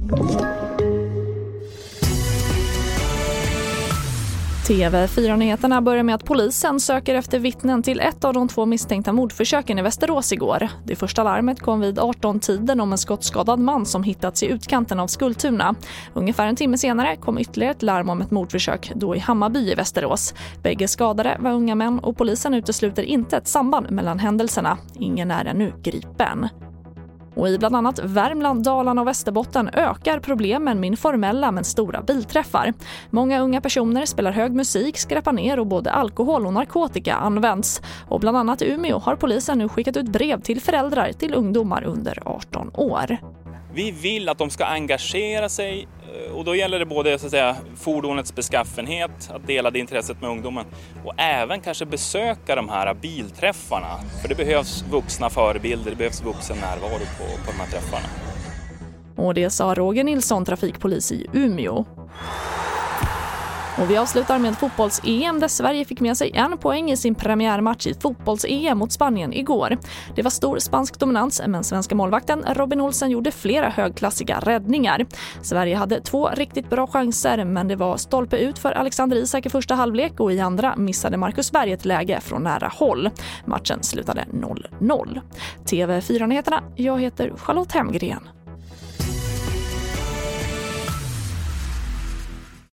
TV4-nyheterna börjar med att polisen söker efter vittnen till ett av de 2 misstänkta mordförsöken i Västerås igår. Det första larmet kom vid 18-tiden om en skottskadad man som hittats i utkanten av Skultuna. Ungefär en timme senare kom ytterligare ett larm om ett mordförsök, då i Hammarby i Västerås. Bägge skadade var unga män och polisen utesluter inte ett samband mellan händelserna. Ingen är ännu gripen. Och i bland annat Värmland, Dalarna och Västerbotten ökar problemen med informella men stora bilträffar. Många unga personer spelar hög musik, skräpar ner och både alkohol och narkotika används. Och bland annat i Umeå har polisen nu skickat ut brev till föräldrar till ungdomar under 18 år. Vi vill att de ska engagera sig, och då gäller det både så att säga, fordonets beskaffenhet, att dela det intresset med ungdomen och även kanske besöka de här bilträffarna. För det behövs vuxna förebilder, det behövs vuxen närvaro på de här träffarna. Och det sa Roger Nilsson, trafikpolis i Umeå. Och vi avslutar med fotbolls-EM där Sverige fick med sig 1 poäng i sin premiärmatch i fotbolls-EM mot Spanien igår. Det var stor spansk dominans, men svenska målvakten Robin Olsen gjorde flera högklassiga räddningar. Sverige hade 2 riktigt bra chanser, men det var stolpe ut för Alexander Isak i första halvlek och i andra missade Marcus Berg ett läge från nära håll. Matchen slutade 0-0. TV4-nyheterna, jag heter Charlotte Hemgren.